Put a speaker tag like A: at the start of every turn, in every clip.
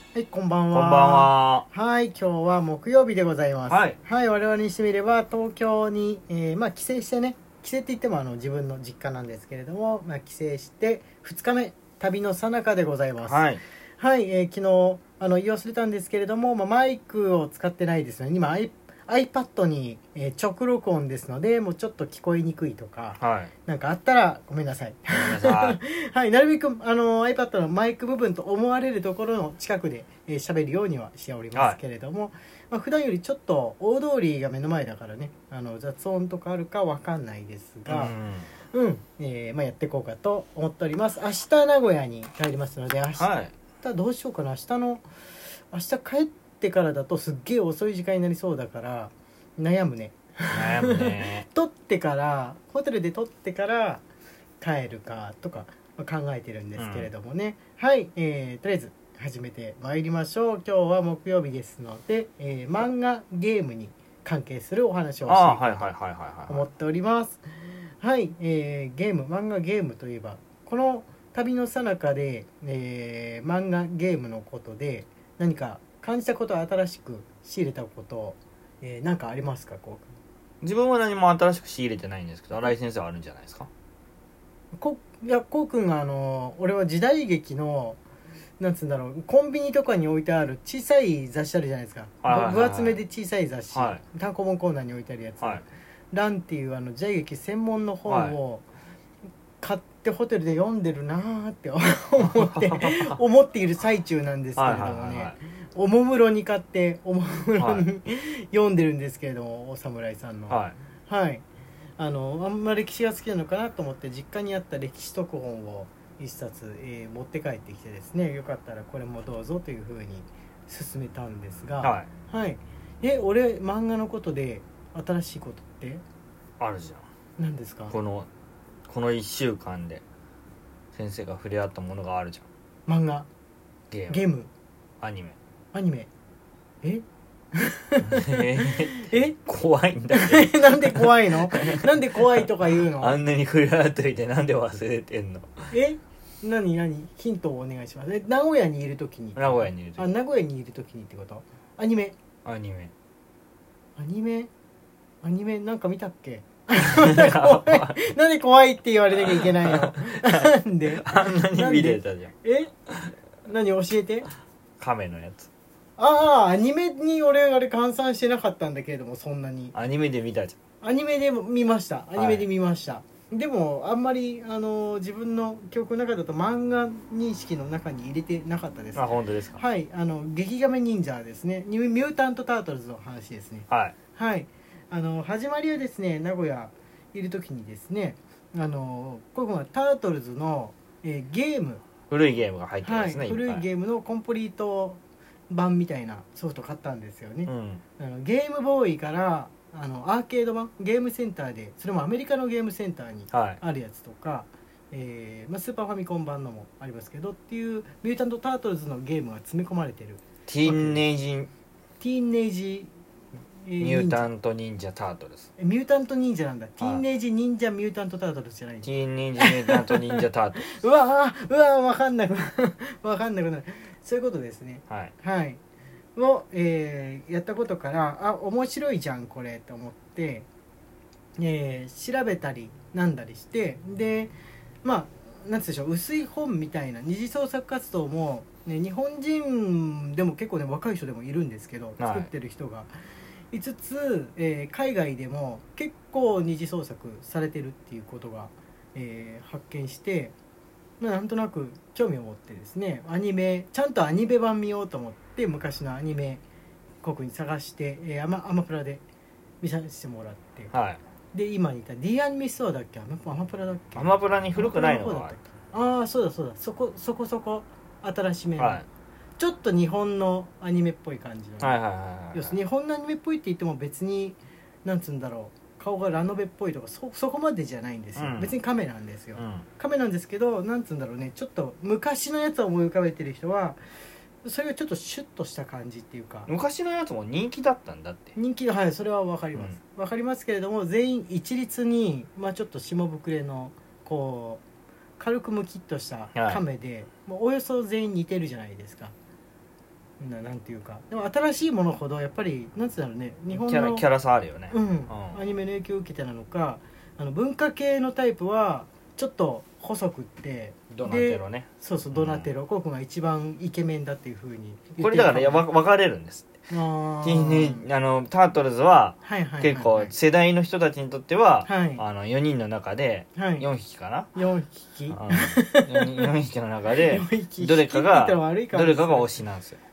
A: はい、こんばんは。
B: こんばんは。
A: はい、今日は木曜日でございます。
B: はい、
A: 我々にしてみれば東京に、帰省してね、帰省って言っても自分の実家なんですけれども、帰省して2日目、旅の最中でございます。
B: はい、
A: はい、昨日言い忘れたんですけれども、マイクを使ってないですね。今iPad に、直録音ですので、もうちょっと聞こえにくいとか、
B: はい、
A: なんかあったらごめんなさい。
B: ごめんなさい。
A: はい、なるべくiPad のマイク部分と思われるところの近くで喋るようにはしておりますけれども、普段よりちょっと大通りが目の前だからね、雑音とかあるかわかんないですが、やっていこうかと思っております。明日名古屋に帰りますので、明日どうしようかな。明日帰ってからだとすっげえ遅い時間になりそうだから悩むね。ホテルで撮ってから帰るかとか考えてるんですけれどもね、はい、とりあえず始めてまいりましょう。今日は木曜日ですので、漫画ゲームに関係するお話をしていこうと思っております。はい、漫画ゲームといえばこの旅の最中で、漫画ゲームのことで何か感じたこと、新しく仕入れたこと、何かありますか？こ
B: う自分は何も新しく仕入れてないんですけど、新井先生はあるんじゃないですか？
A: うくんが俺は時代劇のなんつうんだろう、コンビニとかに置いてある小さい雑誌あるじゃないですか、分厚めで小さい雑誌、単行本コーナーに置いてあるやつ、ランっていう時代劇専門の本を買ってホテルで読んでるなーって思っている最中なんですけれどもね、おもむろに買っておもむろに、読んでるんですけれども、お侍さんのあんま歴史が好きなのかなと思って実家にあった歴史特本を一冊、持って帰ってきてですね、よかったらこれもどうぞというふうに勧めたんですが、俺漫画のことで新しいことって
B: あるじゃん。
A: 何ですか？
B: この1週間で先生が触れ合ったものがあるじゃ
A: ん。漫画、
B: ゲーム、アニメ怖いんだけど
A: なんで怖いの？なんで怖いとか言うの？
B: あんなに触れ合っといてなんで忘れてんの？
A: 何ヒントをお願いします。名古屋にいるときにってこと？アニメなんか見たっけ？なんで怖いって言われなきゃいけないの？なんで
B: あんなに見れたじゃん。
A: 何教えて。
B: 亀のやつ。
A: アニメに俺あれ換算してなかったんだけれども、そんなに
B: アニメで見たじゃん。
A: アニメで見ました。でもあんまり自分の記憶の中だと漫画認識の中に入れてなかったです。
B: 本当ですか？
A: 劇画面忍者ですね、ミュータントタートルズの話ですね。始まりはですね、名古屋いる時にですね、こういうのはタートルズの、ゲーム、
B: 古いゲームが入ってるんですね。
A: 古いゲームのコンプリート版みたいなソフト買ったんですよね。ゲームボーイからアーケード版、ゲームセンターで、それもアメリカのゲームセンターにあるやつとか、スーパーファミコン版のもありますけどっていうミュータントタートルズのゲームが詰め込まれてる。
B: ティーンネイジ
A: ミ
B: ュータント忍者タートルズ。
A: ミュータント忍者なんだ。ティーンネイジ忍者ミュータントタートルズじゃない。
B: ティーンネイジミュータント忍者タートルズ。
A: うわ分かんなくなる。そういうことですね。を、やったことから面白いじゃんこれと思って、調べたりなんだりして、でなんつうでしょう、薄い本みたいな二次創作活動も、日本人でも結構ね、若い人でもいるんですけど、作ってる人がいつつ、海外でも結構二次創作されてるっていうことが、発見して、なんとなく興味を持ってですね、ちゃんとアニメ版見ようと思って昔のアニメ国に探して、アマプラで見させてもらって、で今にいた D アニメストアだっけ、アマプラだっけ。
B: アマプラに古くないのが
A: そうだそこそこ新しめの、ちょっと日本のアニメっぽい感じの、要するに日本のアニメっぽいって言っても別になんつうんだろう、顔がラノベっぽいとか そこまでじゃないんですよ、別にカメなんですよ、カメなんですけど、なんつうんだろうね、ちょっと昔のやつを思い浮かべてる人はそれがちょっとシュッとした感じっていうか、
B: 昔のやつも人気だったんだって。
A: 人気、それは分かります、分かりますけれども、全員一律に、ちょっと下膨れのこう軽くムキッとしたカメで、もうおよそ全員似てるじゃないですか。 なんていうか、でも新しいものほどやっぱりなんつうんだろうね、日本の
B: キャラさあるよね、
A: アニメの影響を受けてなのか、文化系のタイプはちょっと細くって、
B: ドナテロね、
A: そうドナテロ、コウ君が一番イケメンだっていう風に言って
B: これだから分かれるんですって。タートルズは結構世代の人たちにとっては、4人の中で4匹かな、
A: 4匹
B: 4匹の中でどれかが推しなんですよ。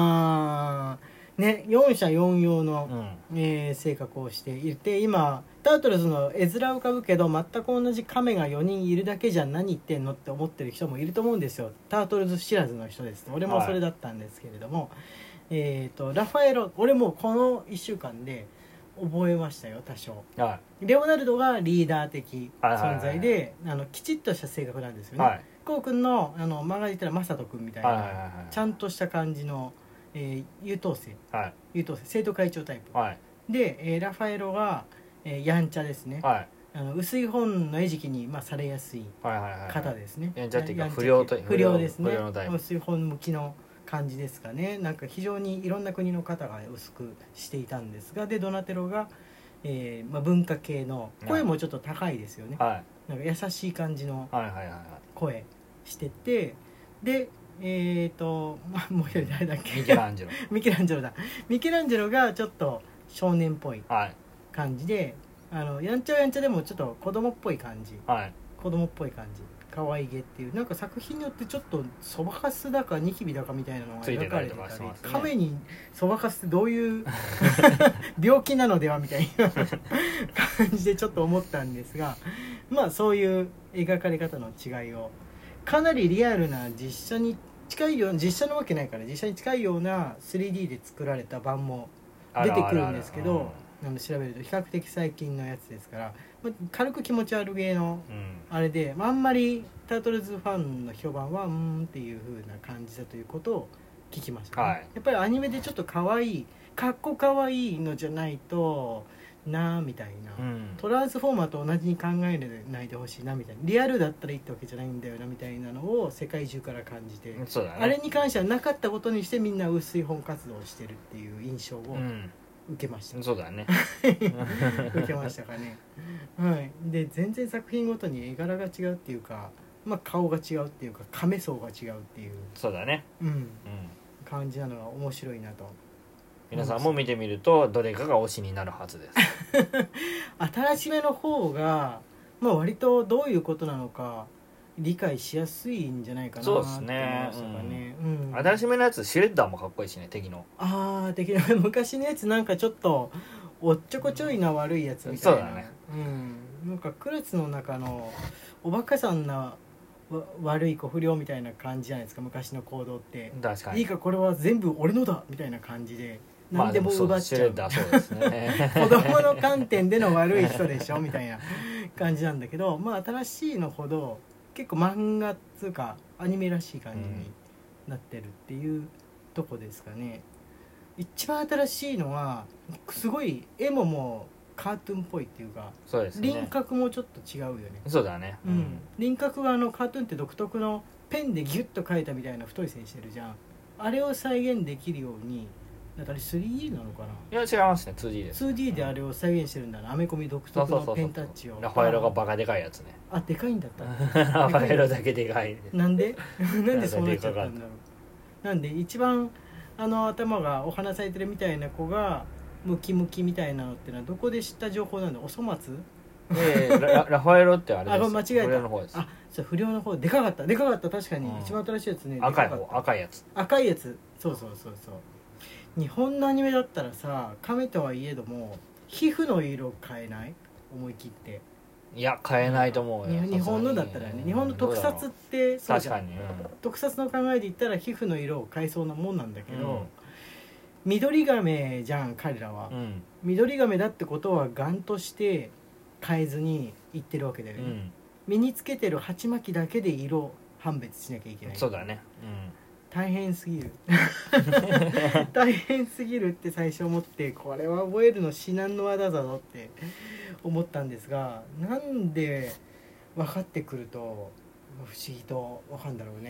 A: ね、4者4様の、性格をしていて、今タートルズの絵面浮かぶけど全く同じ亀が4人いるだけじゃ何言ってんのって思ってる人もいると思うんですよ。タートルズ知らずの人です。俺もそれだったんですけれども、ラファエロ、俺もこの1週間で覚えましたよ多少。レオナルドがリーダー的存在で、きちっとした性格なんですよね。コウ君の漫画で言ったらマサト君みたいな、ちゃんとした感じの優等生、生徒会長タイプ、で、ラファエロが、やんちゃですね、薄い本の餌食に、されやすい方ですね。
B: やんちゃっていうか不良
A: ですね。薄い本向きの感じですかね。なんか非常にいろんな国の方が薄くしていたんですが、でドナテロが、文化系の声もちょっと高いですよね、なんか優しい感じの声してて、でもう一人誰だっけ、
B: ミケランジェロ
A: ミケランジェロがちょっと少年っぽい感じで、やんちゃはやんちゃでもちょっと子供っぽい感じ、可愛げっていう、なんか作品によってちょっとそばかすだかニキビだかみたいなのが描かれてたり、亀にそばかすってどういう病気なのではみたいな感じでちょっと思ったんですが、そういう描かれ方の違いをかなりリアルな実写に近いような、実写のわけないから実写に近いような 3D で作られた版も出てくるんですけど、調べると比較的最近のやつですから、軽く気持ち悪げのあれで、あんまりタートルズファンの評判はっていう風な感じだということを聞きましたね、やっぱりアニメでちょっと可愛いかっこ可愛いのじゃないとなみたいな、トランスフォーマーと同じに考えないでほしいなみたいな、リアルだったらいいってわけじゃないんだよなみたいなのを世界中から感じて、あれに関してはなかったことにしてみんな薄い本活動をしてるっていう印象を受けました、
B: そうだね
A: 受けましたかね。で全然作品ごとに絵柄が違うっていうか、顔が違うっていうか亀層が違うっていう、
B: そうだね、
A: 感じなのが面白いなと。
B: 皆さんも見てみるとどれかが推しになるはずです
A: 新しめの方が、割とどういうことなのか理解しやすいんじゃないかなと思いましたかね。
B: 新しめのやつシュレッダーもかっこいいしね、敵の
A: 昔のやつなんかちょっとおっちょこちょいな悪いやつみたいな、
B: そうだね、
A: なんかクラスの中のおバカさんな悪い子不良みたいな感じじゃないですか、昔の行動って。
B: 確かに
A: いいかこれは全部俺のだみたいな感じで何でも奪っちゃう、
B: そうですね
A: 子供の観点での悪い人でしょみたいな感じなんだけど、新しいのほど結構漫画っつうかアニメらしい感じになってるっていうとこですかね。一番新しいのはすごい絵ももうカートゥーンっぽいっていうか、
B: そうですね、
A: 輪郭もちょっと違うよね。
B: そうだね、
A: 輪郭がカートゥーンって独特のペンでギュッと描いたみたいな太い線してるじゃん。あれを再現できるように、だから 3D なのかな。
B: いや違いますね、 2D です。
A: 2D であれを再現してるんだな、アメコミ独特のペンタッチを。
B: ラファエロがバカでかいやつね。
A: でかいんだった
B: ラファエロだけでかい
A: なんでなんでそうなっちゃったんだろう。なんで一番頭がお花咲いてるみたいな子がムキムキみたいなのってのはどこで知った情報なんだ。おそ松
B: ラファエロってあれです。
A: 間違えた、
B: 不良の方です。
A: そう不良の方、でかかった確かに、一番新しいやつね、
B: 赤いやつ、そう日本のアニメだったらさ、亀とはいえども皮膚の色変えない、思い切って。 いや変えないと思うよ、
A: 日本のだったらね。日本の特撮ってそうじゃん。
B: 確かに、
A: 特撮の考えで言ったら皮膚の色を変えそうなもんなんだけど、緑亀じゃん彼らは、緑亀だってことはガンとして変えずにいってるわけだよね、身につけてる鉢巻きだけで色判別しなきゃいけない。
B: そうだね、
A: 大変すぎる大変すぎるって最初思って、これは覚えるの至難の業だぞって思ったんですが、なんで分かってくると不思議と分かるんだろうね。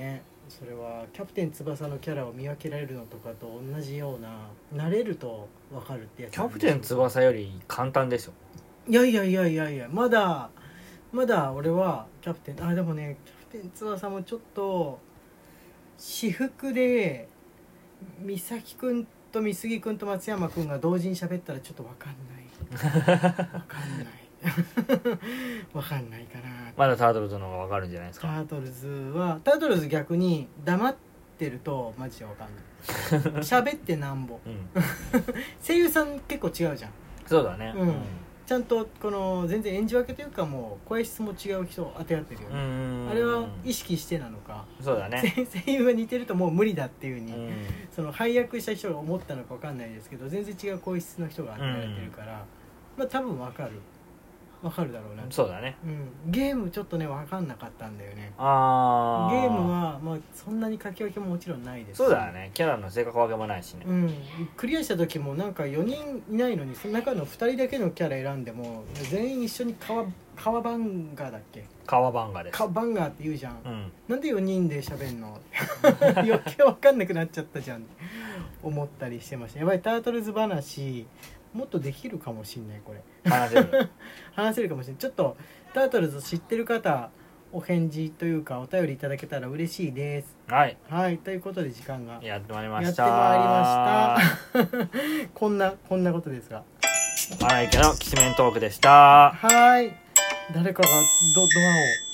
A: それはキャプテン翼のキャラを見分けられるのとかと同じような、慣れると分かるってやつ。
B: キャプテン翼より簡単ですよ。
A: いやまだ俺はキャプテン、でもねキャプテン翼もちょっと私服で美咲くんと美杉くんと松山くんが同時に喋ったらちょっと分かんない分かんないかな。
B: まだタートルズの方が分かるんじゃないですか。
A: タートルズ逆に黙ってるとマジで分かんない喋ってなんぼ、声優さん結構違うじゃん。
B: そうだね、
A: ちゃんとこの全然演じ分けというか、もう声質も違う人当て合ってるよね。あれは意識してなのか、
B: そうだね、
A: 声優が似てるともう無理だっていう風に、その配役した人が思ったのか分かんないですけど、全然違う声質の人が当てられてるから、多分分かるだろうな。
B: そうだね、
A: ゲームちょっとね分かんなかったんだよね。ゲームはそんなに書き分けももちろんないですし、
B: そうだね、キャラの性格分けもないしね、
A: クリアした時もなんか4人いないのに、その中の2人だけのキャラ選んでも全員一緒に川バンガーだっけ、
B: 川バンガーです。
A: 川バンガーって言うじゃん、なんで4人で喋んの余計分かんなくなっちゃったじゃん思ったりしてました。やばい、タートルズ話もっとできるかもしんない。これ話せるかもしれない。ちょっとタートルズ知ってる方、お返事というかお便りいただけたら嬉しいです。
B: はい、
A: ということで時間が
B: やってまいりました。
A: こんなことですが、
B: 荒井家のきしめんトークでした。
A: はい、誰かがドアを